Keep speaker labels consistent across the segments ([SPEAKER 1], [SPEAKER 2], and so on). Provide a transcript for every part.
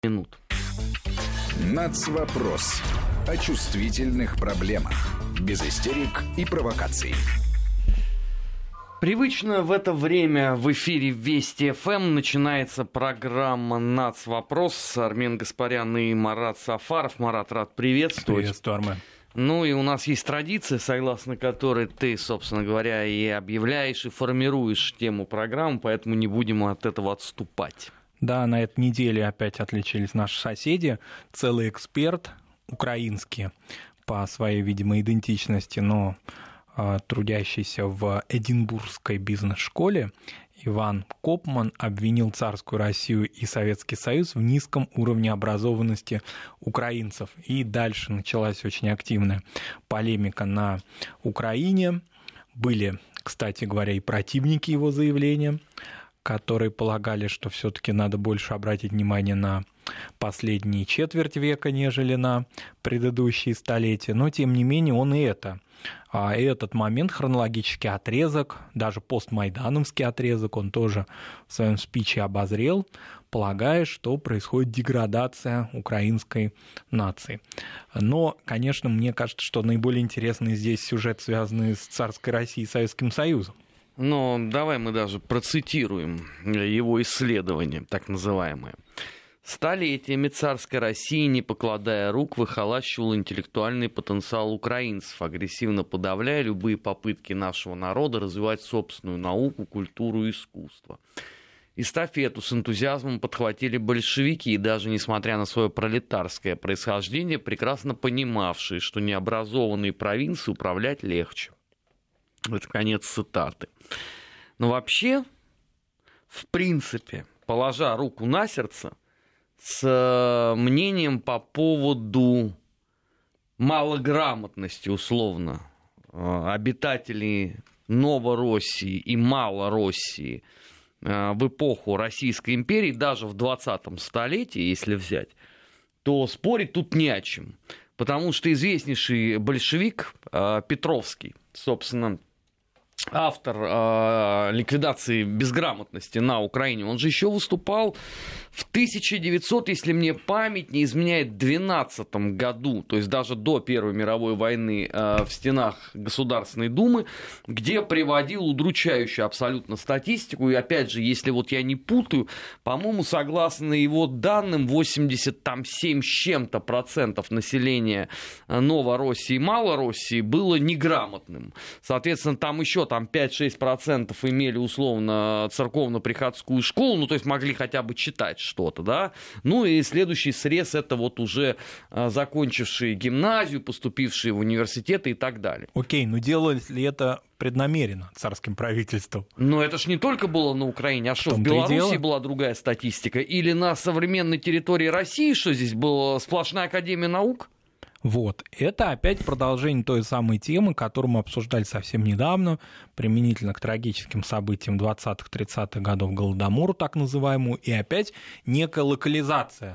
[SPEAKER 1] минут.
[SPEAKER 2] Нацвопрос. О чувствительных проблемах. Без истерик и провокаций.
[SPEAKER 1] Привычно в это время в эфире Вести ФМ начинается программа «Нацвопрос». Армен Гаспарян и Марат Сафаров. Марат, рад приветствовать.
[SPEAKER 3] Приветствую, Армен.
[SPEAKER 1] Ну и у нас есть традиция, согласно которой ты, собственно говоря, и объявляешь, и формируешь тему программы, поэтому не будем от этого отступать.
[SPEAKER 3] Да, на этой неделе опять отличились наши соседи. Целый эксперт, украинский по своей, видимо, идентичности, но трудящийся в Эдинбургской бизнес-школе, Иван Копман обвинил царскую Россию и Советский Союз в низком уровне образованности украинцев. И дальше началась очень активная полемика на Украине. Были, кстати говоря, и противники его заявления, которые полагали, что все-таки надо больше обратить внимание на последние четверть века, нежели на предыдущие столетия. Но, тем не менее, он и этот момент, хронологический отрезок, даже постмайдановский отрезок, он тоже в своем спиче обозрел, полагая, что происходит деградация украинской нации. Но, конечно, мне кажется, что наиболее интересный здесь сюжет, связанный с царской Россией и Советским Союзом.
[SPEAKER 1] Но давай мы даже процитируем его исследование, так называемое. Столетиями царской России, не покладая рук, выхолащивал интеллектуальный потенциал украинцев, агрессивно подавляя любые попытки нашего народа развивать собственную науку, культуру и искусство. Эстафету с энтузиазмом подхватили большевики, и даже несмотря на свое пролетарское происхождение, прекрасно понимавшие, что необразованные провинции управлять легче. Это конец цитаты. Но вообще, в принципе, положа руку на сердце, с мнением по поводу малограмотности, условно, обитателей Новороссии и Малороссии в эпоху Российской империи, даже в 20-м столетии, если взять, то спорить тут не о чем. Потому что известнейший большевик Петровский, собственно, автор ликвидации безграмотности на Украине, он же еще выступал в 1900, если мне память не изменяет, 12 году, то есть даже до Первой мировой войны, в стенах Государственной Думы, где приводил удручающую абсолютно статистику. И опять же, если вот я не путаю, по-моему, согласно его данным, 87 с чем-то процентов населения Новороссии и Малороссии было неграмотным. Соответственно, там еще 5-6% имели условно церковно-приходскую школу, ну то есть могли хотя бы читать что-то, да. Ну и следующий срез — это вот уже закончившие гимназию, поступившие в университеты и так далее.
[SPEAKER 3] Окей, но делали ли это преднамеренно царским правительством?
[SPEAKER 1] Но это ж не только было на Украине, а что, в Беларуси была другая статистика? Или на современной территории России, что здесь была сплошная академия наук?
[SPEAKER 3] Вот, это опять продолжение той самой темы, которую мы обсуждали совсем недавно, применительно к трагическим событиям 20-30-х годов, Голодомору так называемому, и опять некая локализация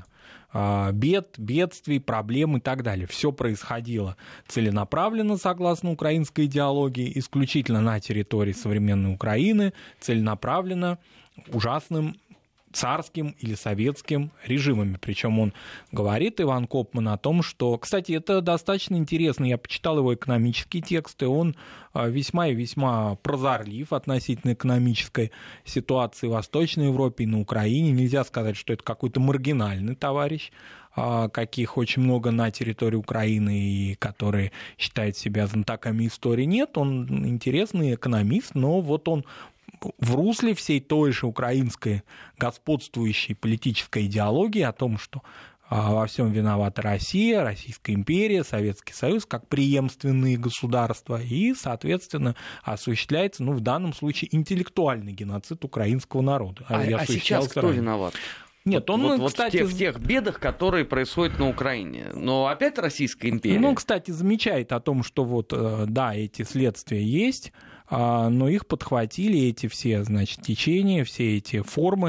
[SPEAKER 3] бедствий, проблем и так далее. Все происходило целенаправленно, согласно украинской идеологии, исключительно на территории современной Украины, целенаправленно ужасным царским или советским режимами. Причем он говорит, Иван Копман, о том, что, кстати, это достаточно интересно, я почитал его экономические тексты, он весьма и весьма прозорлив относительно экономической ситуации в Восточной Европе и на Украине. Нельзя сказать, что это какой-то маргинальный товарищ, каких очень много на территории Украины и которые считают себя знатоками истории. Нет, он интересный экономист, но вот он в русле всей той же украинской господствующей политической идеологии о том, что во всем виновата Россия, Российская империя, Советский Союз как преемственные государства, и, соответственно, осуществляется, в данном случае, интеллектуальный геноцид украинского народа.
[SPEAKER 1] А сейчас кто виноват?
[SPEAKER 3] Нет, кстати,
[SPEAKER 1] в тех бедах, которые происходят на Украине. Но опять Российская империя.
[SPEAKER 3] Он, кстати, замечает о том, что эти следствия есть, но их подхватили эти все, течения, все эти формы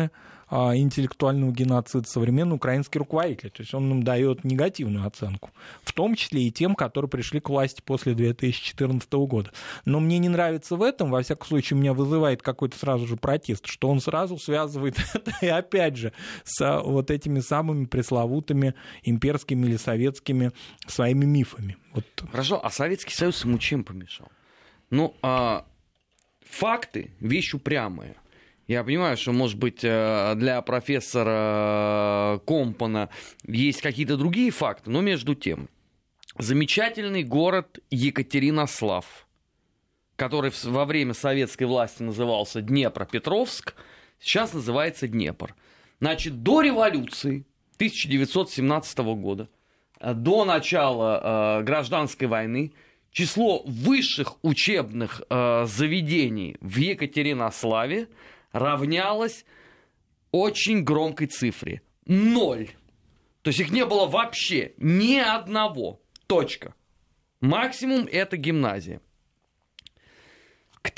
[SPEAKER 3] интеллектуального геноцида современный украинский руководитель. То есть он им дает негативную оценку, в том числе и тем, которые пришли к власти после 2014 года. Но мне не нравится в этом, во всяком случае, меня вызывает какой-то сразу же протест, что он сразу связывает это, и опять же, с вот этими самыми пресловутыми имперскими или советскими своими мифами. Вот.
[SPEAKER 1] Хорошо, а Советский Союз ему чем помешал? Ну, факты — вещь упрямая. Я понимаю, что, может быть, для профессора Компана есть какие-то другие факты, но между тем. Замечательный город Екатеринослав, который во время советской власти назывался Днепропетровск, сейчас называется Днепр. Значит, до революции 1917 года, до начала гражданской войны, число высших учебных заведений в Екатеринославе равнялось очень громкой цифре — 0. То есть их не было вообще ни одного. Точка. Максимум — это гимназия. К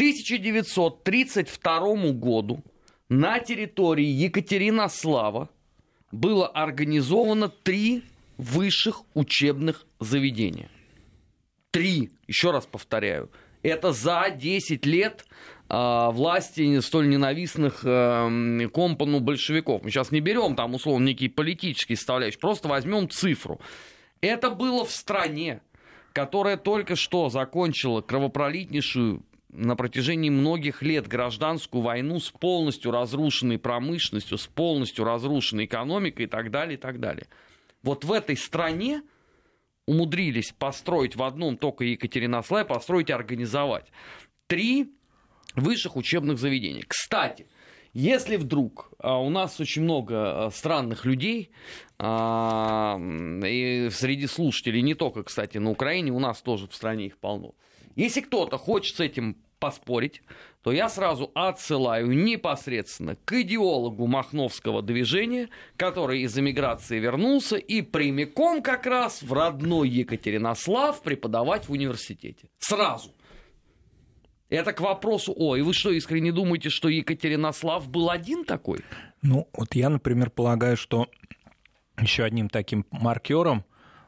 [SPEAKER 1] 1932 году на территории Екатеринослава было организовано 3 высших учебных заведения. 3, еще раз повторяю, это за 10 лет власти столь ненавистных Компану большевиков. Мы сейчас не берем там условно некие политические составляющие, просто возьмем цифру. Это было в стране, которая только что закончила кровопролитнейшую на протяжении многих лет гражданскую войну с полностью разрушенной промышленностью, с полностью разрушенной экономикой и так далее, и так далее. Вот в этой стране умудрились построить в одном только Екатеринославе, построить и организовать 3 высших учебных заведения. Кстати, если вдруг у нас очень много странных людей, и среди слушателей, не только, кстати, на Украине, у нас тоже в стране их полно. Если кто-то хочет с этим поспорить, то я сразу отсылаю непосредственно к идеологу махновского движения, который из эмиграции вернулся и прямиком как раз в родной Екатеринослав преподавать в университете. Сразу. Это к вопросу, и вы что, искренне думаете, что Екатеринослав был один такой?
[SPEAKER 3] Ну, вот я, например, полагаю, что еще одним таким маркером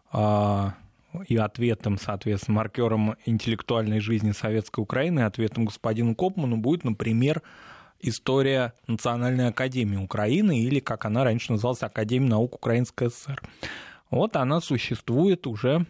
[SPEAKER 3] и ответом, соответственно, маркером интеллектуальной жизни Советской Украины, ответом господину Копману будет, например, история Национальной академии Украины, или, как она раньше называлась, Академия наук Украинской ССР. Вот она существует уже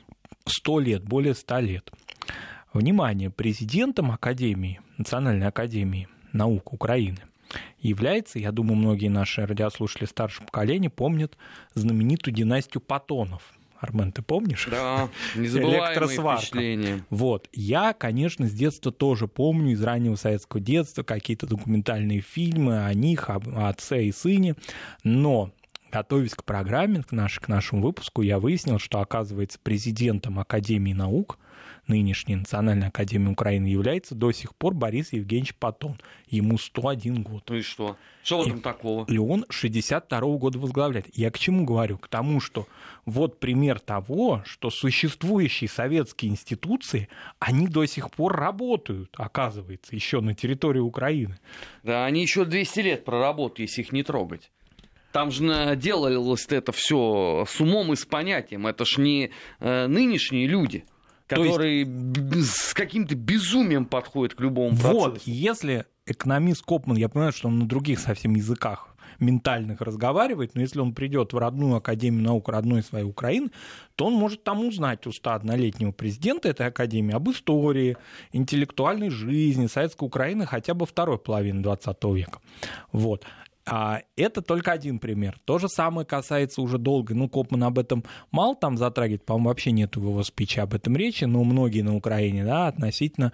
[SPEAKER 3] 100 лет, более 100 лет. Внимание, президентом Академии, Национальной академии наук Украины является, я думаю, многие наши радиослушатели старшего поколения помнят знаменитую династию Патонов. Армен, ты помнишь?
[SPEAKER 1] Да, незабываемые впечатления.
[SPEAKER 3] Вот. Я, конечно, с детства тоже помню, из раннего советского детства, какие-то документальные фильмы о них, о отце и сыне, но, готовясь к программе, к нашему выпуску, я выяснил, что, оказывается, президентом Академии наук, нынешней Национальной академии Украины, является до сих пор Борис Евгеньевич Патон. Ему 101 год.
[SPEAKER 1] Ну и что? Что в этом такого?
[SPEAKER 3] И он 62-го года возглавляет. Я к чему говорю? К тому, что вот пример того, что существующие советские институции, они до сих пор работают, оказывается, еще на территории Украины.
[SPEAKER 1] Да, они еще 200 лет проработают, если их не трогать. Там же делалось это все с умом и с понятием. Это ж не нынешние люди, которые с каким-то безумием подходят к любому процессу.
[SPEAKER 3] Вот, если экономист Копман, я понимаю, что он на других совсем языках ментальных разговаривает, но если он придет в родную Академию наук родной своей Украины, то он может там узнать у 101-летнего президента этой Академии об истории, интеллектуальной жизни Советской Украины хотя бы второй половины 20 века. Вот. Это только один пример. То же самое касается уже долго. Копман об этом мало там затрагивает, по-моему, вообще нет в его спиче об этом речи, но многие на Украине, да, относительно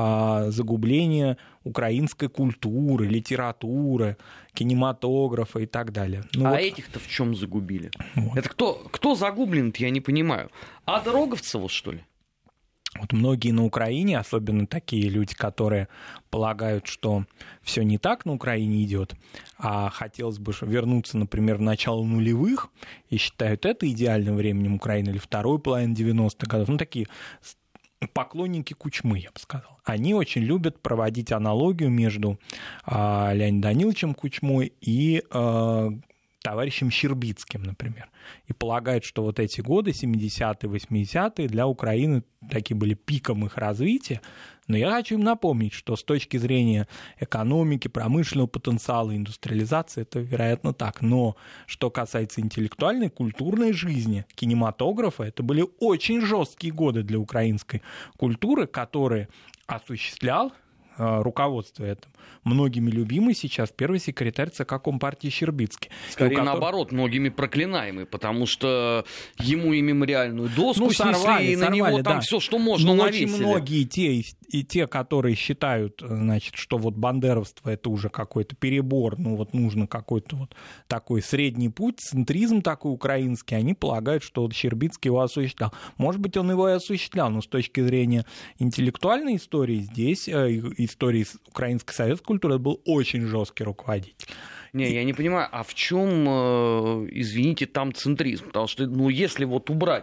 [SPEAKER 3] загубления украинской культуры, литературы, кинематографа и так далее.
[SPEAKER 1] Этих-то в чем загубили? Вот. Это кто загублен-то, я не понимаю. Ада Роговцева, что ли?
[SPEAKER 3] Вот многие на Украине, особенно такие люди, которые полагают, что все не так на Украине идет, а хотелось бы вернуться, например, в начало нулевых, и считают это идеальным временем Украины или второй половины 90-х годов. Такие поклонники Кучмы, я бы сказал. Они очень любят проводить аналогию между Леонидом Даниловичем Кучмой и товарищем Щербицким, например. И полагают, что вот эти годы, 70-е, 80-е, для Украины такие были пиком их развития. Но я хочу им напомнить, что с точки зрения экономики, промышленного потенциала, индустриализации, это, вероятно, так. Но что касается интеллектуальной, культурной жизни, кинематографа, это были очень жесткие годы для украинской культуры, которые осуществлял руководство этим многими любимый сейчас первый секретарь ЦК Компартии Щербицкий.
[SPEAKER 1] Скорее наоборот, многими проклинаемый, потому что ему и мемориальную доску снесли, и на него там все, что можно, навесили.
[SPEAKER 3] Очень многие те, которые считают, значит, что вот бандеровство это уже какой-то перебор, ну вот нужно какой-то вот такой средний путь, центризм такой украинский, они полагают, что вот Щербицкий его осуществлял. Может быть, он его и осуществлял, но с точки зрения интеллектуальной истории здесь, истории украинской советской культуры, это был очень жесткий руководитель.
[SPEAKER 1] Не, я не понимаю, а в чем, извините, там центризм? Потому что, ну, если вот убрать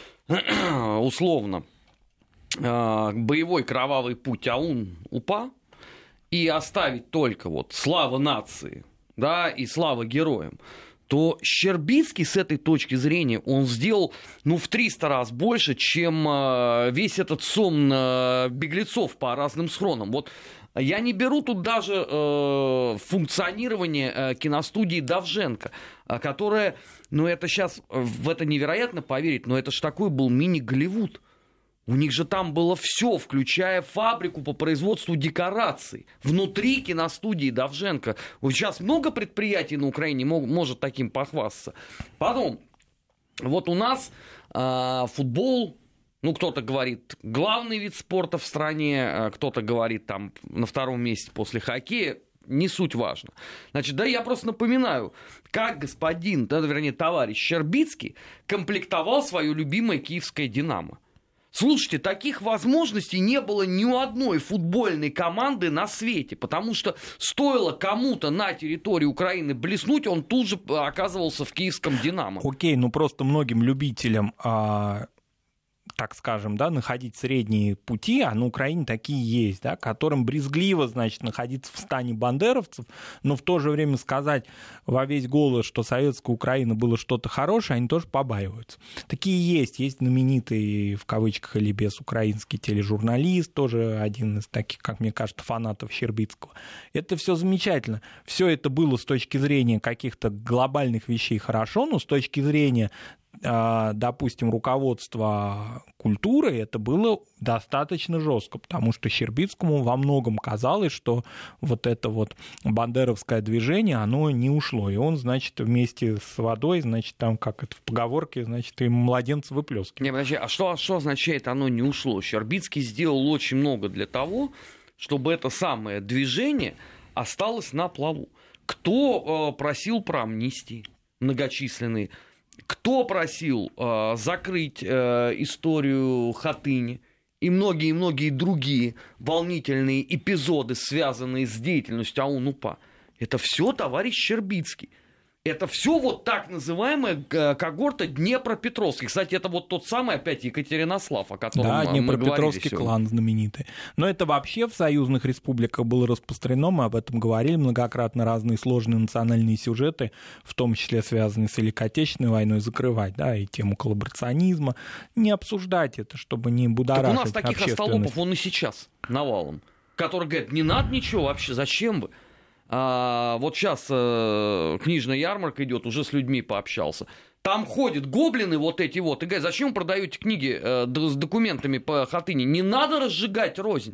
[SPEAKER 1] условно боевой кровавый путь АУН-УПА и оставить только вот слава нации, да, и слава героям, то Щербицкий с этой точки зрения, он сделал, ну, в 300 раз больше, чем весь этот сон беглецов по разным схронам. Вот я не беру тут даже функционирование киностудии Довженко, которая, ну, это сейчас, в это невероятно поверить, но это ж такой был мини-Голливуд. У них же там было все, включая фабрику по производству декораций. Внутри киностудии Довженко. Вот сейчас много предприятий на Украине может таким похвастаться. Потом, вот у нас футбол, ну, кто-то говорит, главный вид спорта в стране, кто-то говорит, там, на втором месте после хоккея. Не суть важно. Значит, да, я просто напоминаю, как господин, вернее, товарищ Щербицкий комплектовал свое любимое киевское «Динамо». Слушайте, таких возможностей не было ни у одной футбольной команды на свете, потому что стоило кому-то на территории Украины блеснуть, он тут же оказывался в киевском «Динамо».
[SPEAKER 3] Окей, ну просто многим любителям, так скажем, да, находить средние пути, а на Украине такие есть, да, которым брезгливо, значит, находиться в стане бандеровцев, но в то же время сказать во весь голос, что советская Украина было что-то хорошее, они тоже побаиваются. Такие есть знаменитый, в кавычках или без, украинский тележурналист, тоже один из таких, как мне кажется, фанатов Щербицкого. Это все замечательно. Все это было с точки зрения каких-то глобальных вещей хорошо, но с точки зрения, допустим, руководства культуры, это было достаточно жестко, потому что Щербицкому во многом казалось, что вот это вот бандеровское движение, оно не ушло, и он, значит, вместе с водой, значит, там, как это в поговорке, значит, и младенца выплескивает.
[SPEAKER 1] Не, подожди, а что означает оно не ушло? Щербицкий сделал очень много для того, чтобы это самое движение осталось на плаву. Кто просил про амнистии многочисленные? Кто просил закрыть историю Хатыни и многие-многие другие волнительные эпизоды, связанные с деятельностью АУН-УПА? Это все товарищ Щербицкий. Это все вот так называемая когорта Днепропетровских. Кстати, это вот тот самый опять Екатеринослав, о котором мы говорили.
[SPEAKER 3] Да, Днепропетровский клан знаменитый. Но это вообще в союзных республиках было распространено, мы об этом говорили многократно, разные сложные национальные сюжеты, в том числе связанные с Великой Отечественной войной, закрывать, да, и тему коллаборационизма. Не обсуждать это, чтобы не будоражить общественность.
[SPEAKER 1] Так у нас таких остолопов он и сейчас навалом, которые говорят, не надо ничего вообще, зачем вы? Вот сейчас книжная ярмарка идет, уже с людьми пообщался. Там ходят гоблины вот эти вот, и говорят, зачем вы продаете книги с документами по Хатыни? Не надо разжигать рознь.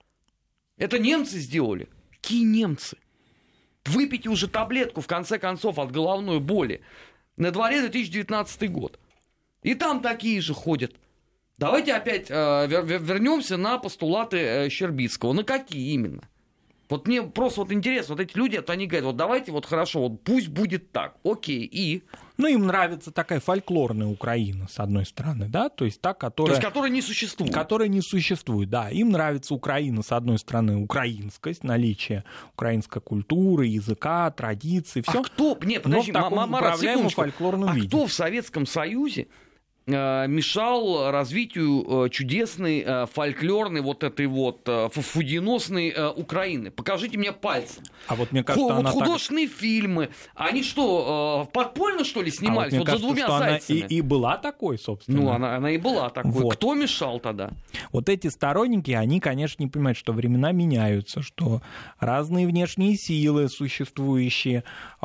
[SPEAKER 1] Это немцы сделали. Какие немцы? Выпейте уже таблетку, в конце концов, от головной боли. На дворе 2019 год. И там такие же ходят. Давайте опять вернемся на постулаты Щербицкого. На какие именно? Вот мне просто вот интересно, вот эти люди, они говорят, вот давайте, вот хорошо, вот пусть будет так, окей, и...
[SPEAKER 3] Ну, им нравится такая фольклорная Украина, с одной стороны, да, то есть та, которая...
[SPEAKER 1] То есть, которая не существует.
[SPEAKER 3] Которая не существует, да. Им нравится Украина, с одной стороны, украинскость, наличие украинской культуры, языка, традиций, все.
[SPEAKER 1] А кто... Нет, подожди,
[SPEAKER 3] Марат, секундочку.
[SPEAKER 1] Кто в Советском Союзе мешал развитию чудесной фольклорной вот этой вот фудиносной Украины? Покажите мне пальцем.
[SPEAKER 3] А вот мне кажется, она
[SPEAKER 1] художественные фильмы, они что, подпольно, что ли, снимались?
[SPEAKER 3] Вот
[SPEAKER 1] за двумя зайцами?
[SPEAKER 3] Она и была такой, собственно.
[SPEAKER 1] Ну, она и была такой. Вот. Кто мешал тогда?
[SPEAKER 3] Вот эти сторонники, они, конечно, не понимают, что времена меняются, что разные внешние силы, существующие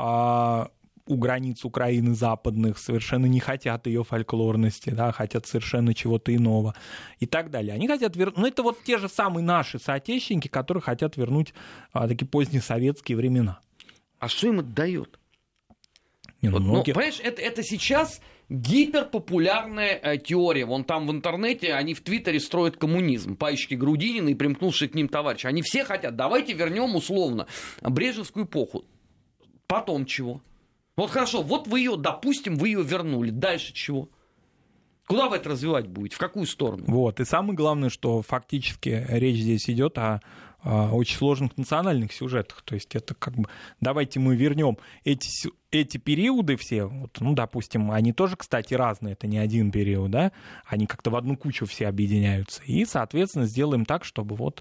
[SPEAKER 3] у границ Украины западных, совершенно не хотят ее фольклорности, да, хотят совершенно чего-то иного и так далее. Они хотят вернуть... Ну, это вот те же самые наши соотечественники, которые хотят вернуть такие поздние советские времена.
[SPEAKER 1] А что им это дает?
[SPEAKER 3] Многие...
[SPEAKER 1] Понимаешь, это сейчас гиперпопулярная теория. Вон там в интернете, они в Твиттере строят коммунизм. Паечки Грудинина и примкнувшие к ним товарищи. Они все хотят, давайте вернем условно брежневскую эпоху. Потом чего? Вот хорошо, вот вы ее, допустим, вы ее вернули. Дальше чего? Куда вы это развивать будете? В какую сторону?
[SPEAKER 3] Вот. И самое главное, что фактически речь здесь идет о очень сложных национальных сюжетах. То есть это как бы давайте мы вернем эти периоды все, вот, ну, допустим, они тоже, кстати, разные, это не один период, да, они как-то в одну кучу все объединяются. И, соответственно, сделаем так, чтобы вот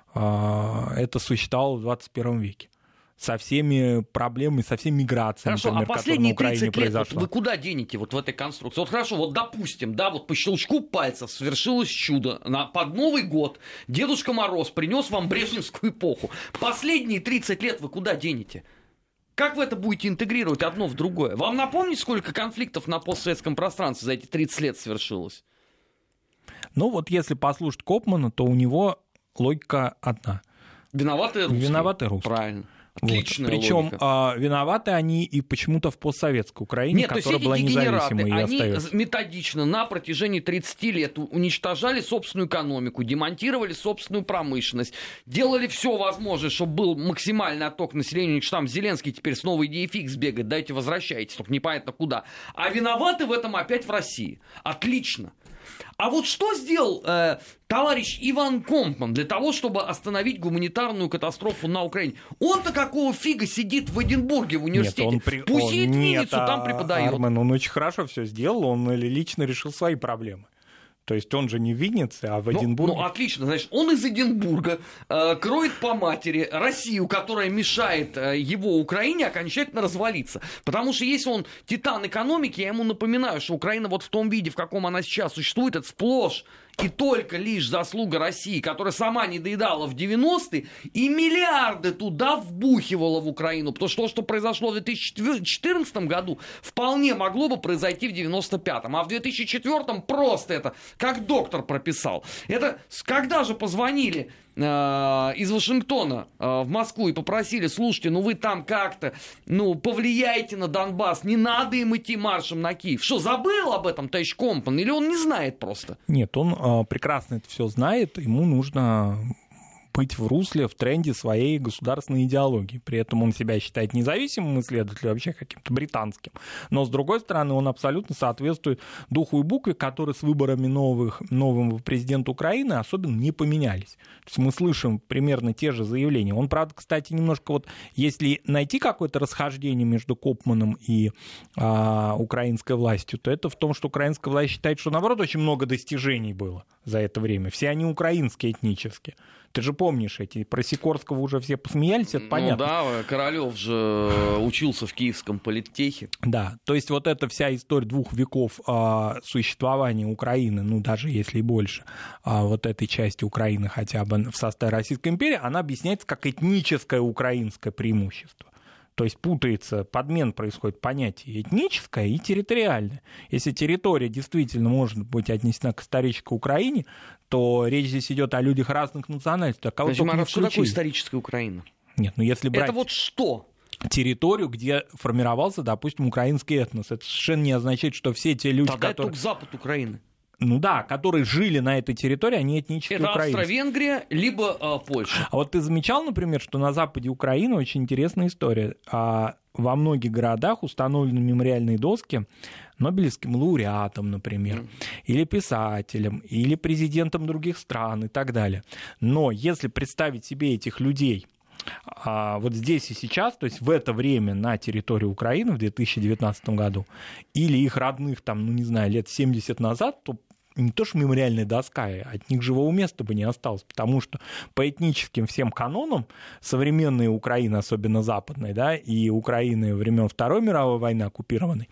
[SPEAKER 3] это существовало в 21 веке. Со всеми проблемами, со всеми миграциями,
[SPEAKER 1] хорошо,
[SPEAKER 3] например,
[SPEAKER 1] а последние
[SPEAKER 3] которые на Украине
[SPEAKER 1] 30 лет
[SPEAKER 3] произошло.
[SPEAKER 1] вы куда денете вот в этой конструкции? Вот хорошо, вот допустим, да, вот по щелчку пальцев свершилось чудо. Под Новый год Дедушка Мороз принес вам брежневскую эпоху. Последние 30 лет вы куда денете? Как вы это будете интегрировать одно в другое? Вам напомнить, сколько конфликтов на постсоветском пространстве за эти 30 лет совершилось?
[SPEAKER 3] Ну вот если послушать Копмана, то у него логика одна.
[SPEAKER 1] Виноваты русские.
[SPEAKER 3] Виноваты русские.
[SPEAKER 1] Правильно.
[SPEAKER 3] Отличная причем виноваты они и почему-то в постсоветской Украине,
[SPEAKER 1] нет,
[SPEAKER 3] которая была независимой и остается.
[SPEAKER 1] Они методично на протяжении 30 лет уничтожали собственную экономику, демонтировали собственную промышленность, делали все возможное, чтобы был максимальный отток населения, что там Зеленский теперь с новой идеей фикс бегает, дайте возвращайтесь, только непонятно куда. А виноваты в этом опять в России. Отлично. А вот что сделал товарищ Иван Компман для того, чтобы остановить гуманитарную катастрофу на Украине? Он-то какого фига сидит в Эдинбурге в университете? Пусть едет в Винницу, там преподает.
[SPEAKER 3] Армен, он очень хорошо все сделал, он лично решил свои проблемы. То есть он же не в Виннице, а в Эдинбурге.
[SPEAKER 1] Ну, отлично. Значит, он из Эдинбурга кроет по матери Россию, которая мешает его Украине окончательно развалиться. Потому что если он титан экономики, я ему напоминаю, что Украина вот в том виде, в каком она сейчас существует, это сплошь и только лишь заслуга России, которая сама не доедала в 90-е и миллиарды туда вбухивала в Украину. Потому что то, что произошло в 2014 году, вполне могло бы произойти в 95-м. А в 2004-м просто это, как доктор прописал. Это когда же позвонили из Вашингтона в Москву и попросили, слушайте, ну вы там как-то, ну, повлияйте на Донбасс, не надо им идти маршем на Киев. Что, забыл об этом товарищ Компан или он не знает просто?
[SPEAKER 3] Нет, он прекрасно это все знает, ему нужно быть в русле, в тренде своей государственной идеологии. При этом он себя считает независимым исследователем, вообще каким-то британским. Но, с другой стороны, он абсолютно соответствует духу и букве, которые с выборами нового президента Украины особенно не поменялись. То есть мы слышим примерно те же заявления. Он, правда, кстати, немножко вот, если найти какое-то расхождение между Копманом и украинской властью, то это в том, что украинская власть считает, что, наоборот, очень много достижений было за это время. Все они украинские, этнические. Ты же помнишь эти, про Сикорского уже все посмеялись, это понятно.
[SPEAKER 1] Ну да, Королёв же учился в Киевском политехе.
[SPEAKER 3] Да, то есть вот эта вся история 2 веков существования Украины, ну даже если и больше, вот этой части Украины хотя бы в составе Российской империи, она объясняется как этническое украинское преимущество. То есть путается, подмен происходит понятие этническое и территориальное. Если территория действительно может быть отнесена к исторической Украине, то речь здесь идет о людях разных национальностей.
[SPEAKER 1] Что такое историческая Украина?
[SPEAKER 3] Нет, ну если брать...
[SPEAKER 1] Это вот что?
[SPEAKER 3] Территорию, где формировался, допустим, украинский этнос. Это совершенно не означает, что все те люди,
[SPEAKER 1] тогда
[SPEAKER 3] которые...
[SPEAKER 1] это только запад Украины.
[SPEAKER 3] Ну да, которые жили на этой территории, они этнические украинцы.
[SPEAKER 1] Это Австро-Венгрия, либо Польша.
[SPEAKER 3] А вот ты замечал, например, что на западе Украины очень интересная история. Во многих городах установлены мемориальные доски нобелевским лауреатам, например, или писателям, или президентам других стран и так далее. Но если представить себе этих людей вот здесь и сейчас, то есть в это время на территории Украины в 2019 году, или их родных, там, ну не знаю, лет 70 назад, то не то что мемориальная доска, от них живого места бы не осталось, потому что по этническим всем канонам современная Украина, особенно западная, да, и Украины времен Второй мировой войны оккупированной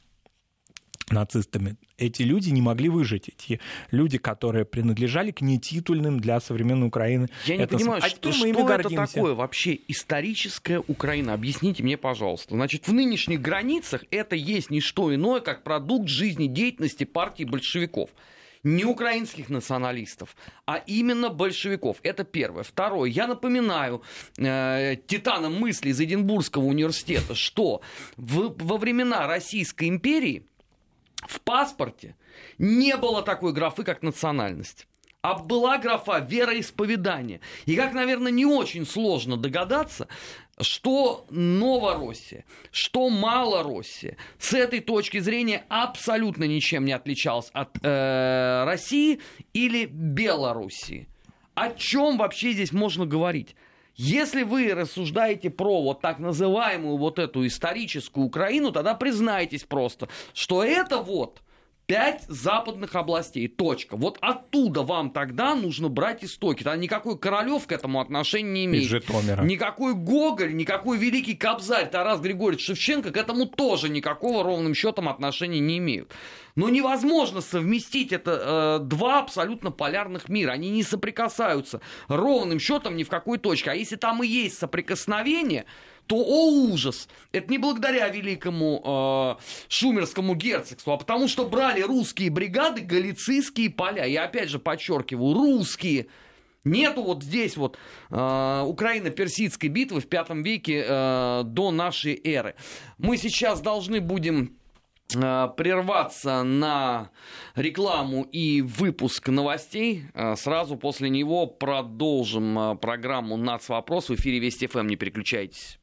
[SPEAKER 3] нацистами, эти люди не могли выжить. Эти люди, которые принадлежали к нетитульным для современной Украины.
[SPEAKER 1] Я не понимаю, что это такое вообще историческая Украина? Объясните мне, пожалуйста. Значит, в нынешних границах это есть не что иное, как продукт жизнедеятельности партии большевиков. Не украинских националистов, а именно большевиков. Это первое. Второе. Я напоминаю титанам мысли из Эдинбургского университета, что во времена Российской империи в паспорте не было такой графы, как национальность. А была графа вероисповедание. И как, наверное, не очень сложно догадаться, что Новороссия, что Малороссия с этой точки зрения абсолютно ничем не отличалась от России или Белоруссии. О чем вообще здесь можно говорить? Если вы рассуждаете про вот так называемую вот эту историческую Украину, тогда признайтесь просто, что это вот 5 западных областей, точка. Вот оттуда вам тогда нужно брать истоки. Тогда никакой Королёв к этому отношения не имеет. Никакой Гоголь, никакой великий Кобзарь Тарас Григорьевич Шевченко к этому тоже никакого ровным счетом отношения не имеют. Но невозможно совместить это два абсолютно полярных мира. Они не соприкасаются ровным счетом ни в какой точке. А если там и есть соприкосновение, то, о ужас, это не благодаря великому Шумерскому герцогству, а потому что брали русские бригады галицийские поля. Я опять же подчеркиваю, русские. Нету вот здесь вот Украино-Персидской битвы в V веке до нашей эры. Мы сейчас должны будем прерваться на рекламу и выпуск новостей. Сразу после него продолжим программу «Нацвопрос». В эфире Вести ФМ. Не переключайтесь.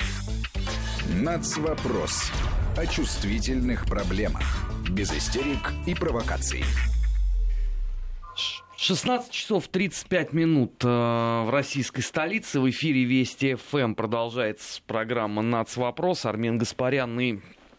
[SPEAKER 2] Нацвопрос. О чувствительных проблемах. Без истерик и провокаций.
[SPEAKER 1] 16 часов 35 минут в российской столице. В эфире Вести ФМ продолжается программа «Нацвопрос». Армен Гаспарян и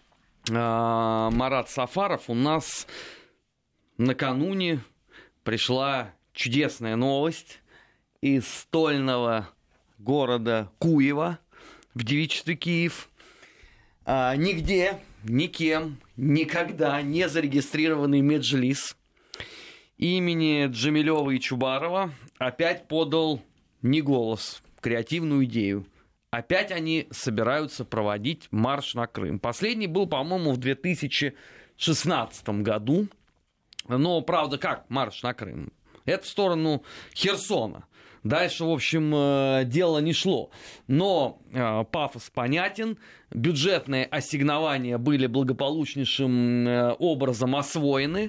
[SPEAKER 1] Марат Сафаров. У нас накануне пришла чудесная новость из стольного города Куева в девичестве Киев. Нигде, никем, никогда не зарегистрированный меджлис имени Джемилева и Чубарова опять подал не голос, креативную идею. Опять они собираются проводить марш на Крым. Последний был, по-моему, в 2016 году. Но, правда, как марш на Крым? Это в сторону Херсона. Дальше, в общем, дело не шло. Но пафос понятен. Бюджетные ассигнования были благополучнейшим образом освоены.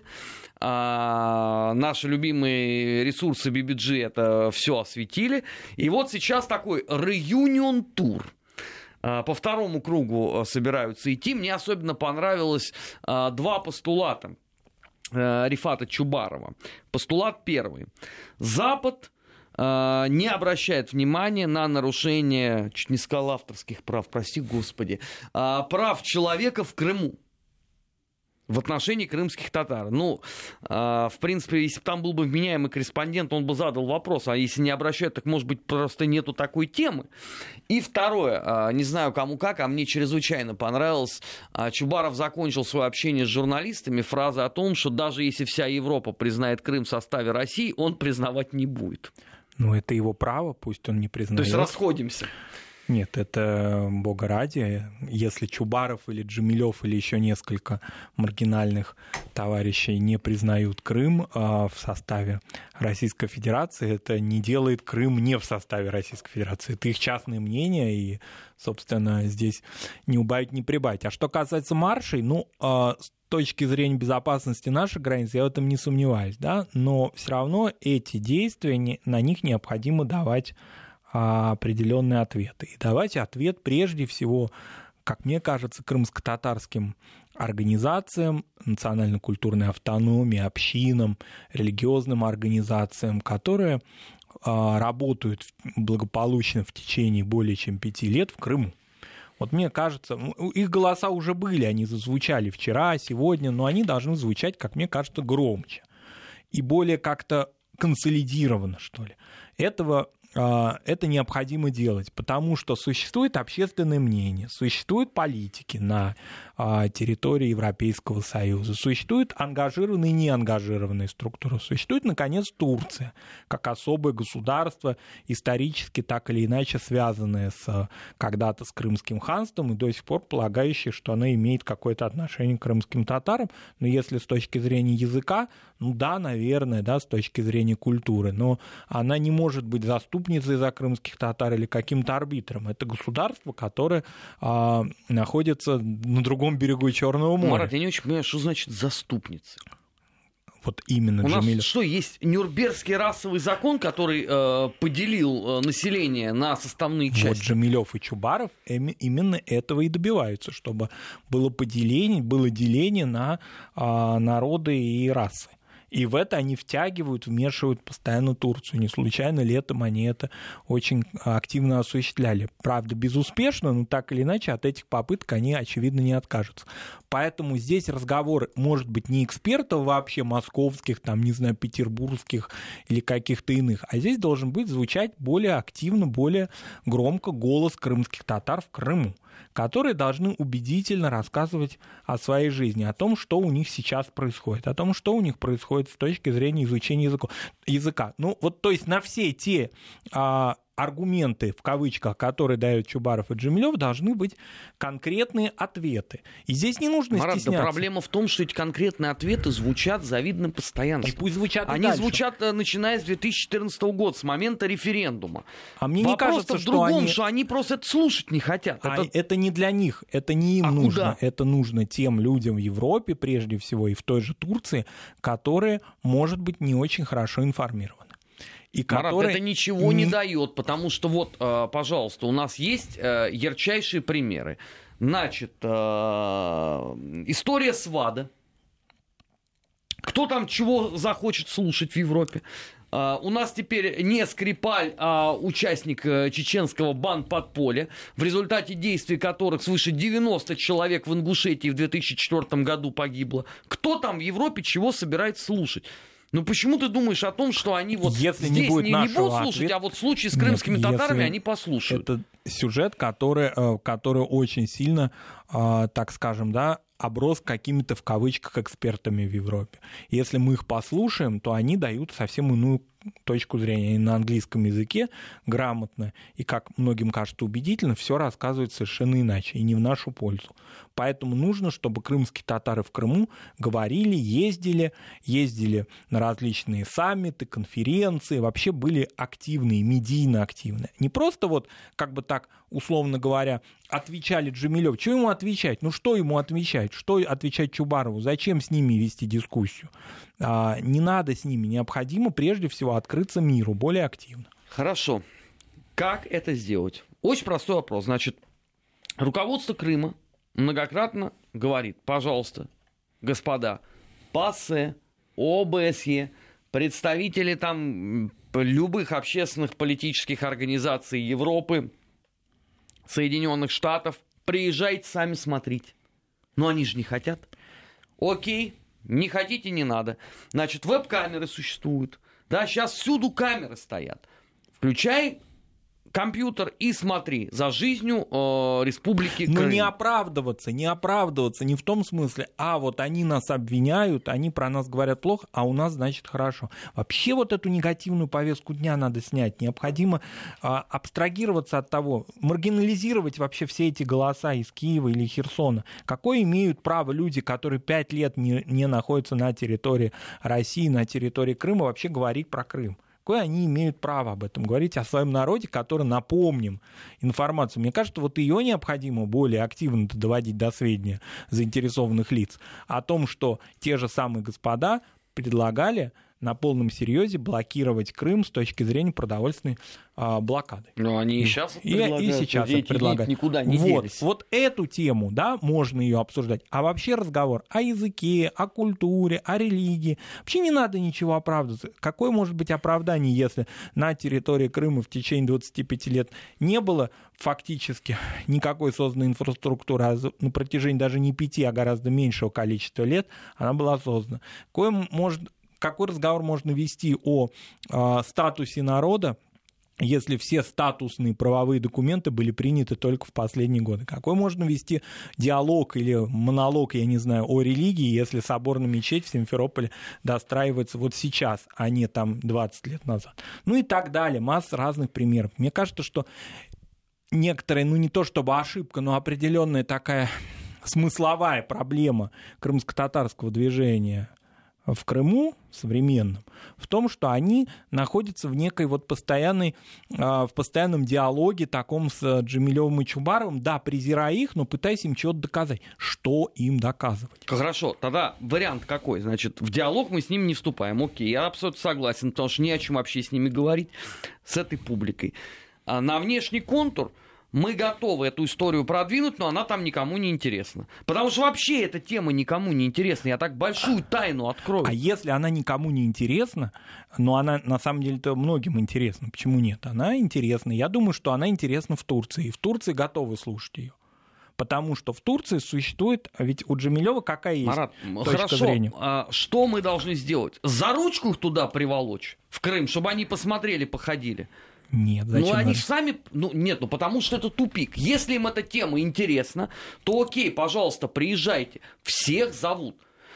[SPEAKER 1] Наши любимые ресурсы BBG это все осветили. И вот сейчас такой реюнион-тур. По второму кругу собираются идти. Мне особенно понравилось два постулата Рифата Чубарова. Постулат первый. Запад не обращает внимания на нарушение, чуть не сказал, авторских прав, прости господи, прав человека в Крыму в отношении крымских татар. Ну, в принципе, если бы там был бы вменяемый корреспондент, он бы задал вопрос, а если не обращают, так, может быть, просто нету такой темы. И второе, не знаю кому как, а мне чрезвычайно понравилось, Чубаров закончил свое общение с журналистами фразой о том, что даже если вся Европа признает Крым в составе России, он признавать не будет.
[SPEAKER 3] Ну, это его право, пусть он не признает.
[SPEAKER 1] То есть расходимся.
[SPEAKER 3] Нет, это бога ради. Если Чубаров или Джемилев или еще несколько маргинальных товарищей не признают Крым в составе Российской Федерации, это не делает Крым не в составе Российской Федерации. Это их частное мнение, и, собственно, здесь не убавить, не прибавить. А что касается маршей, ну, с точки зрения безопасности наших границ, я в этом не сомневаюсь, да, но все равно эти действия, на них необходимо давать определенные ответы. И давайте ответ прежде всего, как мне кажется, крымско-татарским организациям, национально-культурной автономии, общинам, религиозным организациям, которые работают благополучно в течение более чем 5 лет в Крыму. Вот мне кажется, их голоса уже были, они зазвучали вчера, сегодня, но они должны звучать, как мне кажется, громче и более как-то консолидированно, что ли. Это необходимо делать, потому что существует общественное мнение, существуют политики на территории Европейского Союза, существуют ангажированные и неангажированные структуры, существует, наконец, Турция, как особое государство, исторически так или иначе связанное когда-то с Крымским ханством и до сих пор полагающее, что она имеет какое-то отношение к крымским татарам, но если с точки зрения языка, ну да, наверное, да, с точки зрения культуры, но она не может быть заступницей за крымских татар или каким-то арбитром. Это государство, которое находится на другом берегу Черного моря.
[SPEAKER 1] Марат, я не очень понимаю, что значит заступница.
[SPEAKER 3] Вот именно,
[SPEAKER 1] у
[SPEAKER 3] Джамилев.
[SPEAKER 1] нас что, есть Нюрнбергский расовый закон, который поделил население на составные части?
[SPEAKER 3] Вот Джамилев и Чубаров именно этого и добиваются, чтобы было деление на народы и расы. И в это они втягивают, вмешивают постоянно Турцию. Не случайно летом они это очень активно осуществляли. Правда, безуспешно, но так или иначе от этих попыток они, очевидно, не откажутся. Поэтому здесь разговор может быть не экспертов вообще московских, там, не знаю, петербургских или каких-то иных, а здесь должен быть звучать более активно, более громко голос крымских татар в Крыму, которые должны убедительно рассказывать о своей жизни, о том, что у них сейчас происходит, о том, что у них происходит с точки зрения изучения языка. Ну, вот, то есть на все те аргументы, в кавычках, которые дают Чубаров и Джамилев, должны быть конкретные ответы. И здесь не нужно стесняться.
[SPEAKER 1] Да, проблема в том, что эти конкретные ответы звучат с завидным постоянством.
[SPEAKER 3] И пусть звучат
[SPEAKER 1] Они
[SPEAKER 3] дальше.
[SPEAKER 1] звучат, начиная с 2014 года, с момента референдума.
[SPEAKER 3] А мне не кажется,
[SPEAKER 1] что они просто это слушать не хотят.
[SPEAKER 3] Это не для них, это не им нужно.
[SPEAKER 1] Куда?
[SPEAKER 3] Это нужно тем людям в Европе, прежде всего, и в той же Турции, которые, может быть, не очень хорошо информированы. И
[SPEAKER 1] Марат, это ничего не дает, потому что вот, пожалуйста, у нас есть ярчайшие примеры. Значит, история СВАДа. Кто там чего захочет слушать в Европе? У нас теперь не Скрипаль, а участник чеченского банподполья, в результате действий которых свыше 90 человек в Ингушетии в 2004 году погибло. Кто там в Европе чего собирается слушать? Ну почему ты думаешь о том, что они вот
[SPEAKER 3] если
[SPEAKER 1] здесь
[SPEAKER 3] не будут
[SPEAKER 1] слушать, а вот в случае с крымскими татарами они послушают?
[SPEAKER 3] Это сюжет, который очень сильно, так скажем, да, оброс какими-то в кавычках экспертами в Европе. Если мы их послушаем, то они дают совсем иную точку зрения. И на английском языке грамотно и, как многим кажется, убедительно, все рассказывают совершенно иначе и не в нашу пользу. Поэтому нужно, чтобы крымские татары в Крыму говорили, ездили на различные саммиты, конференции, вообще были активные, медийно активные. Не просто вот, как бы так, условно говоря, отвечали Джамилев. Чего ему отвечать? Ну что ему отвечать? Что отвечать Чубарову? Зачем с ними вести дискуссию? Не надо с ними. Необходимо прежде всего открыться миру более активно.
[SPEAKER 1] Хорошо. Как это сделать? Очень простой вопрос. Значит, руководство Крыма многократно говорит: пожалуйста, господа, ПАСЕ, ОБСЕ, представители там любых общественных политических организаций Европы, Соединенных Штатов, приезжайте сами смотрите. Но они же не хотят. Окей, не хотите, не надо. Значит, веб-камеры существуют. Да, сейчас всюду камеры стоят. Включай компьютер и смотри за жизнью Республики Крым.
[SPEAKER 3] Но не оправдываться не в том смысле, вот они нас обвиняют, они про нас говорят плохо, а у нас, значит, хорошо. Вообще вот эту негативную повестку дня надо снять. Необходимо абстрагироваться от того, маргинализировать вообще все эти голоса из Киева или Херсона. Какое имеют право люди, которые 5 лет не находятся на территории России, на территории Крыма, вообще говорить про Крым? Какое они имеют право об этом говорить, о своем народе, который, напомним, информацию. Мне кажется, вот ее необходимо более активно доводить до сведения заинтересованных лиц о том, что те же самые господа предлагали на полном серьезе блокировать Крым с точки зрения продовольственной блокады.
[SPEAKER 1] Но они и сейчас предлагают.
[SPEAKER 3] И сейчас это предлагают.
[SPEAKER 1] Никуда не делись.
[SPEAKER 3] Вот эту тему, да, можно ее обсуждать. А вообще разговор о языке, о культуре, о религии. Вообще не надо ничего оправдываться. Какое может быть оправдание, если на территории Крыма в течение 25 лет не было фактически никакой созданной инфраструктуры, а на протяжении даже не 5, а гораздо меньшего количества лет она была создана. Какой разговор можно вести о статусе народа, если все статусные правовые документы были приняты только в последние годы? Какой можно вести диалог или монолог, я не знаю, о религии, если соборная мечеть в Симферополе достраивается вот сейчас, а не там 20 лет назад? Ну и так далее, масса разных примеров. Мне кажется, что некоторая, не то чтобы ошибка, но определенная такая смысловая проблема крымско-татарского движения в Крыму современном в том, что они находятся в некой в постоянном диалоге таком с Джемилевым и Чубаровым, да, презирая их, но пытаясь им чего-то доказать. Что им доказывать?
[SPEAKER 1] Хорошо, тогда вариант какой? Значит, в диалог мы с ними не вступаем. Окей, я абсолютно согласен, потому что не о чем вообще с ними говорить, с этой публикой. А на внешний контур мы готовы эту историю продвинуть, но она там никому не интересна. Потому что вообще эта тема никому не интересна. Я так большую тайну открою.
[SPEAKER 3] А если она никому не интересна, но она на самом деле-то многим интересна, почему нет? Она интересна. Я думаю, что она интересна в Турции. И в Турции готовы слушать ее. Потому что в Турции существует, ведь у Джемилева какая есть
[SPEAKER 1] Марат,
[SPEAKER 3] точка зрения?
[SPEAKER 1] Что мы должны сделать? За ручку их туда приволочь, в Крым, чтобы они посмотрели, походили?
[SPEAKER 3] Нет, зачем?
[SPEAKER 1] Они же сами... потому что это тупик. Если им эта тема интересна, то окей, пожалуйста, приезжайте. Всех зовут.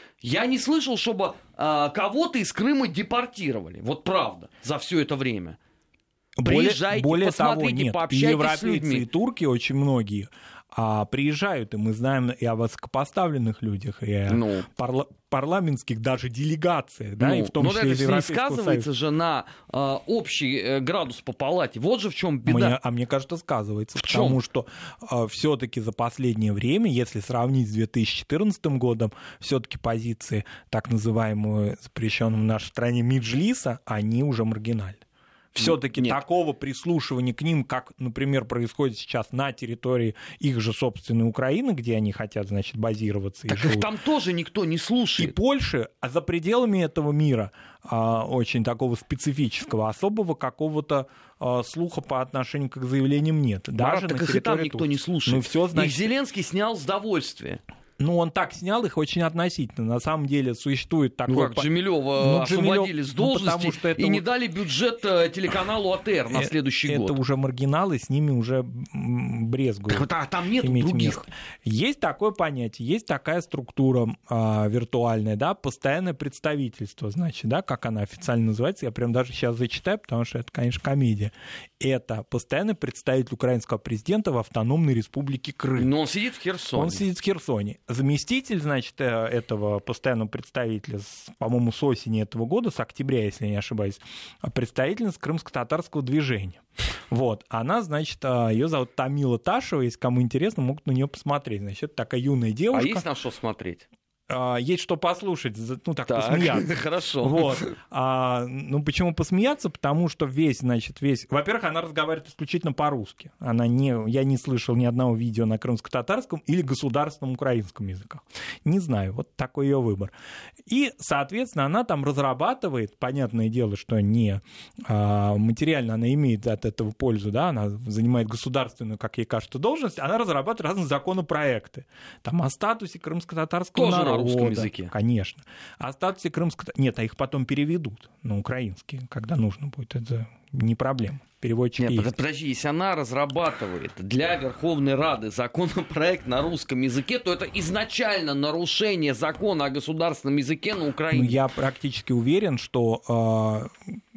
[SPEAKER 1] Я не слышал, чтобы кого-то из Крыма депортировали. Вот правда, за все это время. Приезжайте, посмотрите, пообщайтесь с людьми.
[SPEAKER 3] И турки очень многие приезжают, и мы знаем и о высокопоставленных людях, и о парламентских даже делегациях, да, и в том числе из Европейского Союза.
[SPEAKER 1] Сказывается же на общий градус по палате. Вот же в чем беда.
[SPEAKER 3] Мне кажется, сказывается. Потому что все-таки за последнее время, если сравнить с 2014 годом, все-таки позиции так называемого запрещенного в нашей стране Меджлиса, они уже маргинальны. Все-таки такого прислушивания к ним, как, например, происходит сейчас на территории их же собственной Украины, где они хотят, значит, базироваться.
[SPEAKER 1] Так их там тоже никто не слушает.
[SPEAKER 3] И Польши, а за пределами этого мира, очень такого специфического, особого какого-то слуха по отношению к их заявлениям нет. Даже
[SPEAKER 1] так их и там никто не слушает. Их Зеленский снял с довольствия.
[SPEAKER 3] Он так снял их очень относительно. На самом деле существует такой...
[SPEAKER 1] Джемилева освободили с должности и не дали бюджет телеканалу АТР на следующий год.
[SPEAKER 3] Это уже маргиналы, с ними уже брезгуют.
[SPEAKER 1] Там нет других.
[SPEAKER 3] Место. Есть такое понятие, есть такая структура виртуальная, да, постоянное представительство, значит, да, как она официально называется. Я прям даже сейчас зачитаю, потому что это, конечно, комедия. Это постоянный представитель украинского президента в Автономной Республике Крым.
[SPEAKER 1] Но он сидит в
[SPEAKER 3] Херсоне. Заместитель, значит, этого постоянного представителя, по-моему, с осени этого года, с октября, если я не ошибаюсь, представительница крымско-татарского движения. Вот. Она, значит, ее зовут Тамила Ташева, если кому интересно, могут на нее посмотреть. Значит, это такая юная девушка.
[SPEAKER 1] А есть на что смотреть?
[SPEAKER 3] Есть что послушать, посмеяться.
[SPEAKER 1] Хорошо.
[SPEAKER 3] Вот. Почему посмеяться? Потому что весь... Во-первых, она разговаривает исключительно по-русски. Я не слышал ни одного видео на крымско-татарском или государственном украинском языках. Не знаю, вот такой ее выбор. И, соответственно, она там разрабатывает, понятное дело, что не материально она имеет от этого пользу, да, она занимает государственную, как ей кажется, должность, она разрабатывает разные законопроекты. Там о статусе крымско-татарского народа.
[SPEAKER 1] На русском языке.
[SPEAKER 3] Конечно. О статусе крымского... Нет, их потом переведут на украинский, когда нужно будет. Это не проблема. Переводчики есть.
[SPEAKER 1] Подожди, если она разрабатывает для Верховной Рады законопроект на русском языке, то это изначально нарушение закона о государственном языке на Украине.
[SPEAKER 3] Я практически уверен, что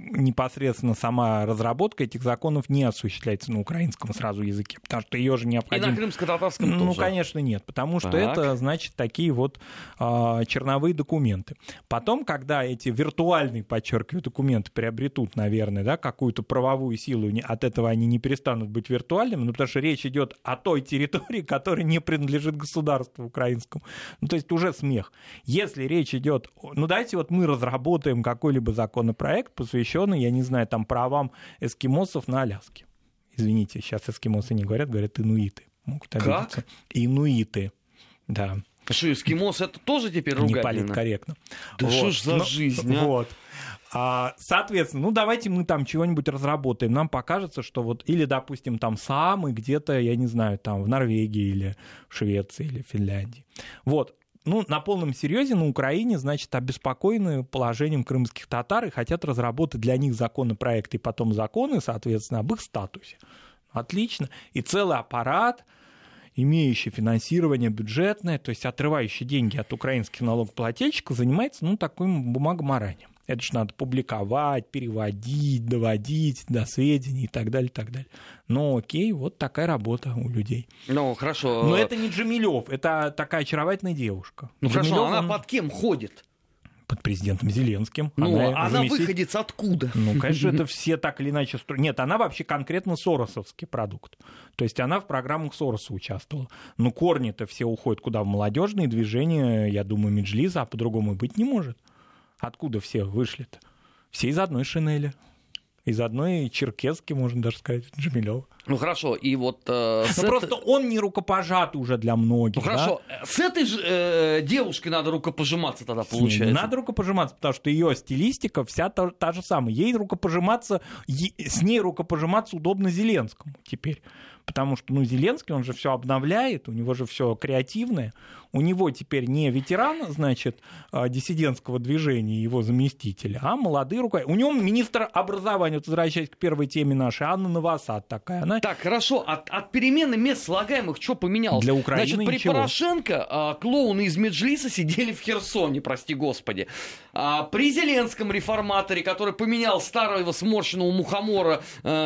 [SPEAKER 3] непосредственно сама разработка этих законов не осуществляется на украинском сразу языке, потому что ее же необходимо...
[SPEAKER 1] И на крымско-татарском тоже?
[SPEAKER 3] Ну, конечно, нет, потому что это, значит, такие вот черновые документы. Потом, когда эти виртуальные, подчеркиваю, документы приобретут, наверное, да, какую-то правовую силу, от этого они не перестанут быть виртуальными, ну, потому что речь идет о той территории, которая не принадлежит государству украинскому. Ну, то есть уже смех. Если речь идет... Ну, давайте вот мы разработаем какой-либо законопроект, посвященный, я не знаю, там, правам эскимосов на Аляске. Извините, сейчас эскимосы не говорят, говорят инуиты. Могут обидеться.
[SPEAKER 1] Как?
[SPEAKER 3] Инуиты, да.
[SPEAKER 1] Что, эскимос это тоже теперь ругательно?
[SPEAKER 3] Не политкорректно.
[SPEAKER 1] Да что ж за жизнь, а?
[SPEAKER 3] Вот. Соответственно, ну давайте мы там чего-нибудь разработаем. Нам покажется, что вот, или, допустим, там самый где-то, я не знаю, там в Норвегии или в Швеции или в Финляндии. Вот. Ну, на полном серьезе на Украине, значит, обеспокоены положением крымских татар и хотят разработать для них законопроекты и потом законы, соответственно, об их статусе. Отлично. И целый аппарат, имеющий финансирование бюджетное, то есть отрывающий деньги от украинских налогоплательщиков, занимается, ну, таким бумагоморанием. Это же надо публиковать, переводить, доводить до сведений и так далее, и так далее. Ну, окей, вот такая работа у людей.
[SPEAKER 1] Ну, хорошо.
[SPEAKER 3] Но это не Джемилев, это такая очаровательная девушка.
[SPEAKER 1] Ну,
[SPEAKER 3] Джемилев,
[SPEAKER 1] хорошо, она под кем ходит?
[SPEAKER 3] Под президентом Зеленским.
[SPEAKER 1] Ну, она выходит откуда?
[SPEAKER 3] Ну, конечно, это все так или иначе... Нет, она вообще конкретно соросовский продукт. То есть она в программах Сороса участвовала. Но корни-то все уходят куда? В молодежные движения, я думаю, Меджлиса, а по-другому и быть не может. Откуда все вышли-то? Все из одной шинели. Из одной черкесски, можно даже сказать, Джемилева.
[SPEAKER 1] Ну хорошо, и вот...
[SPEAKER 3] просто он не рукопожат уже для многих.
[SPEAKER 1] Ну хорошо,
[SPEAKER 3] да?
[SPEAKER 1] С этой же девушкой надо рукопожиматься тогда, получается.
[SPEAKER 3] Не надо рукопожиматься, потому что ее стилистика вся та же самая. Ей рукопожиматься, с ней рукопожиматься удобно Зеленскому теперь. Потому что, ну, Зеленский, он же все обновляет, у него же все креативное. У него теперь не ветеран, значит, диссидентского движения, его заместитель, а молодые руководители. У него министр образования, вот возвращаясь к первой теме нашей, Анна Новосад такая. Она...
[SPEAKER 1] Так, хорошо, от перемены мест слагаемых что поменялось?
[SPEAKER 3] Для Украины
[SPEAKER 1] значит, при
[SPEAKER 3] ничего.
[SPEAKER 1] Порошенко клоуны из Меджлиса сидели в Херсоне, прости господи. При Зеленском реформаторе, который поменял старого сморщенного мухомора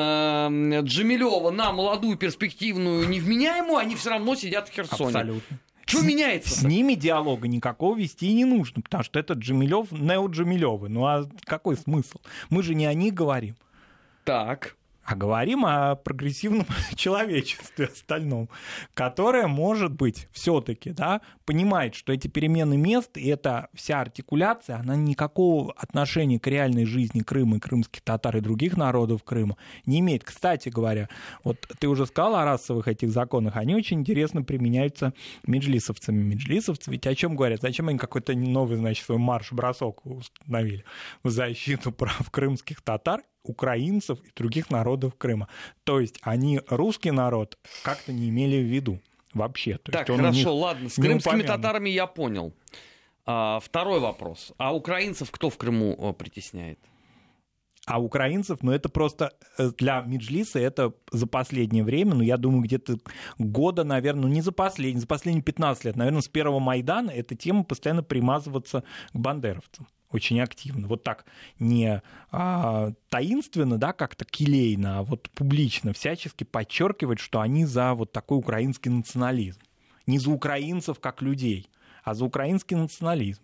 [SPEAKER 1] Джемилева на молодую перспективную невменяемую, они все равно сидят в Херсоне.
[SPEAKER 3] Абсолютно.
[SPEAKER 1] Что меняется?
[SPEAKER 3] С ними диалога никакого вести не нужно, потому что это Джемилев, нео-Джемилевы. Ну а какой смысл? Мы же не о них говорим.
[SPEAKER 1] Так.
[SPEAKER 3] А говорим о прогрессивном человечестве остальном, которое, может быть, все-таки, да, понимает, что эти перемены мест и эта вся артикуляция, она никакого отношения к реальной жизни Крыма и крымских татар и других народов Крыма не имеет. Кстати говоря, вот ты уже сказал о расовых этих законах, они очень интересно применяются меджлисовцами. Меджлисовцы ведь о чем говорят? Зачем они какой-то новый, значит, свой марш-бросок установили в защиту прав крымских татар, украинцев и других народов Крыма. То есть они русский народ как-то не имели в виду вообще. То
[SPEAKER 1] так,
[SPEAKER 3] есть
[SPEAKER 1] хорошо, ладно, с крымскими татарами я понял. Второй вопрос. А украинцев кто в Крыму притесняет?
[SPEAKER 3] А украинцев, ну это просто для Меджлиса это за последнее время, ну я думаю, где-то года, наверное, ну не за последние 15 лет, наверное, с первого Майдана эта тема постоянно примазываться к бандеровцам. Очень активно. Вот так не таинственно, да, как-то келейно, а вот публично всячески подчеркивать, что они за вот такой украинский национализм. Не за украинцев как людей, а за украинский национализм.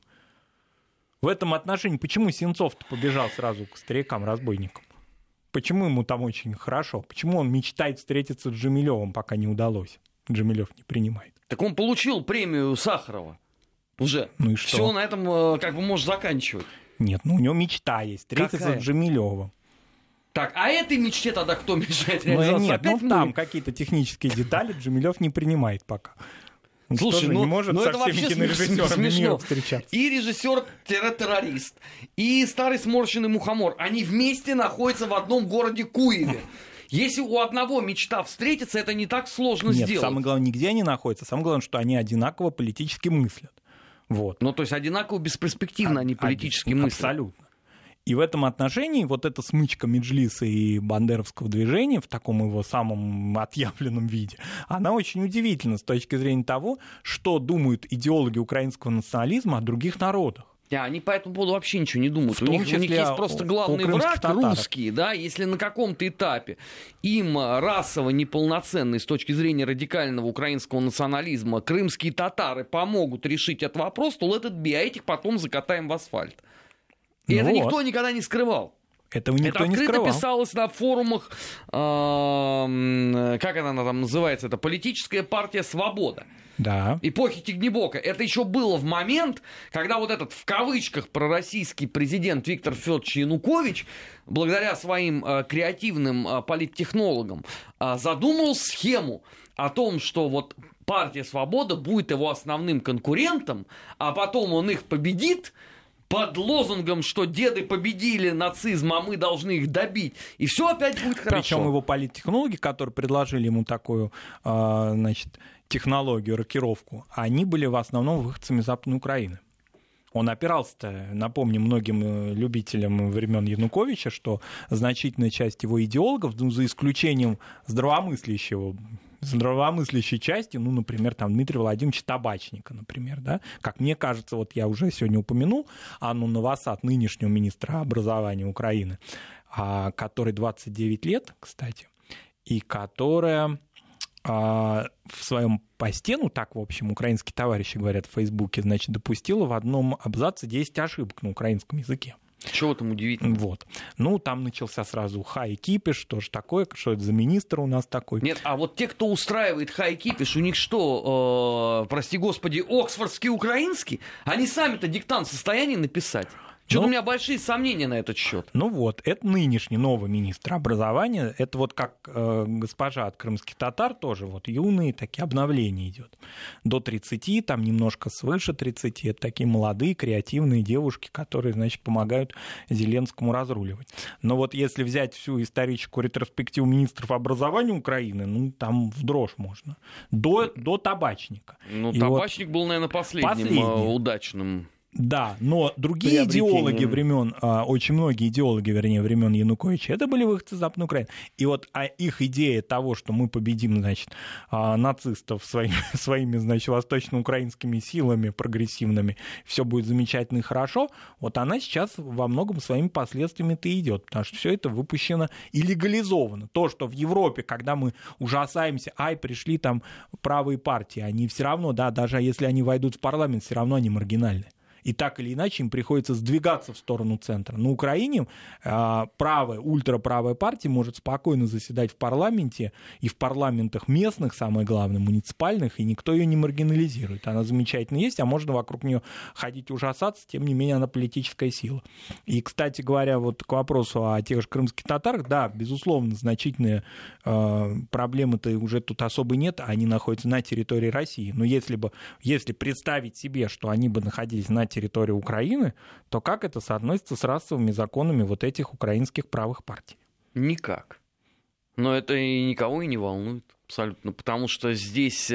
[SPEAKER 3] В этом отношении почему Сенцов-то побежал сразу к старикам-разбойникам? Почему ему там очень хорошо? Почему он мечтает встретиться с Джемилевым, пока не удалось? Джемилев не принимает.
[SPEAKER 1] Так он получил премию Сахарова. Уже.
[SPEAKER 3] Ну и что?
[SPEAKER 1] Все на этом как бы можешь заканчивать.
[SPEAKER 3] Нет, ну у него мечта есть. Встретиться с Джемилевым.
[SPEAKER 1] Так, а этой мечте тогда кто мешает реализоваться?
[SPEAKER 3] Нет,
[SPEAKER 1] опять
[SPEAKER 3] ну там какие-то технические детали Джемилев не принимает пока. Он
[SPEAKER 1] слушай,
[SPEAKER 3] не может со всеми кинорежиссерами мира встречаться.
[SPEAKER 1] И режиссер-террорист, и старый сморщенный мухомор, они вместе находятся в одном городе Куеве. Если у одного мечта встретиться, это не так сложно сделать.
[SPEAKER 3] Нет, самое главное, нигде они находятся. Самое главное, что они одинаково политически мыслят. Вот.
[SPEAKER 1] Ну, то есть одинаково бесперспективно они политически мыслят.
[SPEAKER 3] Абсолютно. И в этом отношении вот эта смычка Меджлиса и бандеровского движения в таком его самом отъявленном виде, она очень удивительна с точки зрения того, что думают идеологи украинского национализма о других народах.
[SPEAKER 1] Они по этому поводу вообще ничего не думают. У них есть просто главный враг русские, да, если на каком-то этапе им расово неполноценный с точки зрения радикального украинского национализма крымские татары помогут решить этот вопрос, то let it be, а этих потом закатаем в асфальт. И это никто никогда не скрывал.
[SPEAKER 3] Этого никто не скрывал.
[SPEAKER 1] Это открыто писалось на форумах, как она там называется, это «Политическая партия Свобода».
[SPEAKER 3] Да.
[SPEAKER 1] Эпохи Тягнебока. Это еще было в момент, когда вот этот, в кавычках, пророссийский президент Виктор Федорович Янукович, благодаря своим креативным политтехнологам, задумал схему о том, что вот партия Свобода будет его основным конкурентом, а потом он их победит, под лозунгом, что деды победили нацизм, а мы должны их добить. И все опять будет хорошо.
[SPEAKER 3] Причем его политтехнологи, которые предложили ему такую, технологию, рокировку, они были в основном выходцами Западной Украины. Он опирался-то, напомню, многим любителям времен Януковича, что значительная часть его идеологов, за исключением здравомыслящей части, ну, например, там Дмитрия Владимировича Табачника, например, да, как мне кажется, вот я уже сегодня упомянул Анну Новосад, нынешнего министра образования Украины, которой 29 лет, кстати, и которая в своем посте, ну так, в общем, украинские товарищи говорят в Фейсбуке, значит, допустила в одном абзаце 10 ошибок на украинском языке.
[SPEAKER 1] Чего там удивительного?
[SPEAKER 3] Вот. Ну, там начался сразу хай-кипиш, что же такое, что это за министр у нас такой.
[SPEAKER 1] Нет, а вот те, кто устраивает хай-кипиш, у них что, прости господи, оксфордский украинский? Они сами-то диктант в состоянии написать? Что-то у меня большие сомнения на этот счет.
[SPEAKER 3] Ну вот, это нынешний новый министр образования. Это вот как госпожа от крымских татар тоже, вот юные такие обновления идет. До 30, там немножко свыше 30. Это такие молодые, креативные девушки, которые, значит, помогают Зеленскому разруливать. Но вот если взять всю историческую ретроспективу министров образования Украины, ну там в дрожь можно. До Табачника.
[SPEAKER 1] Ну, и Табачник был, наверное, последним удачным.
[SPEAKER 3] Да, но другие идеологи времен, очень многие идеологи, вернее, времен Януковича, это были выходцы Западной Украины. И вот их идея того, что мы победим, значит, нацистов своими, значит, восточноукраинскими силами прогрессивными, все будет замечательно и хорошо, вот она сейчас во многом своими последствиями-то и идет, потому что все это выпущено и легализовано. То, что в Европе, когда мы ужасаемся, пришли там правые партии, они все равно, да, даже если они войдут в парламент, все равно они маргинальны. И так или иначе им приходится сдвигаться в сторону центра. На Украине правая, ультраправая партия может спокойно заседать в парламенте и в парламентах местных, самое главное, муниципальных, и никто ее не маргинализирует. Она замечательно есть, а можно вокруг нее ходить и ужасаться, тем не менее она политическая сила. И, кстати говоря, вот к вопросу о тех же крымских татарах, да, безусловно, значительные проблемы-то уже тут особо нет, они находятся на территории России. Но если представить себе, что они бы находились на территории Украины, то как это соотносится с расовыми законами вот этих украинских правых партий?
[SPEAKER 1] Никак. Но это и никого и не волнует абсолютно, потому что здесь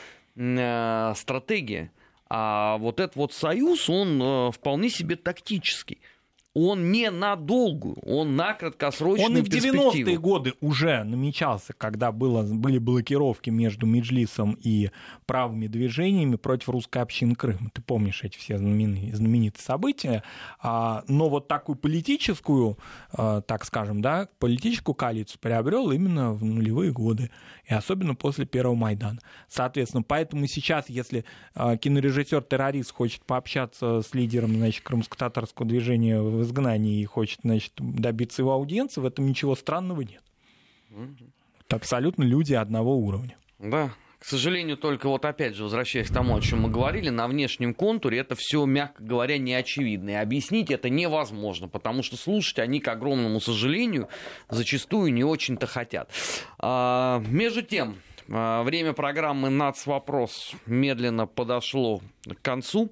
[SPEAKER 1] стратегия, а вот этот вот союз, он вполне себе тактический. Он не на долгую, он на краткосрочную перспективу.
[SPEAKER 3] Он и в 90-е годы уже намечался, когда были блокировки между Меджлисом и правыми движениями против русской общины Крыма. Ты помнишь эти все знаменитые события. Но вот такую политическую, так скажем, да, политическую коалицию приобрел именно в нулевые годы, и особенно после первого Майдана. Соответственно, поэтому сейчас, если кинорежиссер-террорист хочет пообщаться с лидером, значит, крымско-татарского движения в изгнании и хочет, значит, добиться его аудиенции, в этом ничего странного нет. Это абсолютно люди одного уровня.
[SPEAKER 1] Да, к сожалению, только вот опять же, возвращаясь к тому, о чем мы говорили, на внешнем контуре это все, мягко говоря, не очевидно. И объяснить это невозможно, потому что слушать они, к огромному сожалению, зачастую не очень-то хотят. Между тем, время программы «Нацвопрос» медленно подошло к концу.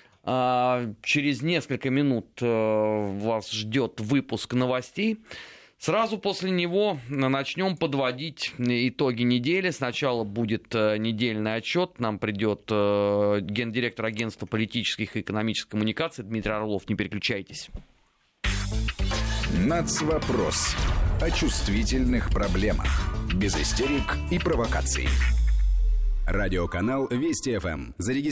[SPEAKER 1] Через несколько минут вас ждет выпуск новостей. Сразу после него начнем подводить итоги недели. Сначала будет недельный отчет. Нам придет гендиректор агентства политических и экономических коммуникаций Дмитрий Орлов. Не переключайтесь.
[SPEAKER 2] Нацвопрос. О чувствительных проблемах. Без истерик и провокаций. Радиоканал Вести ФМ. Зарегистрирован.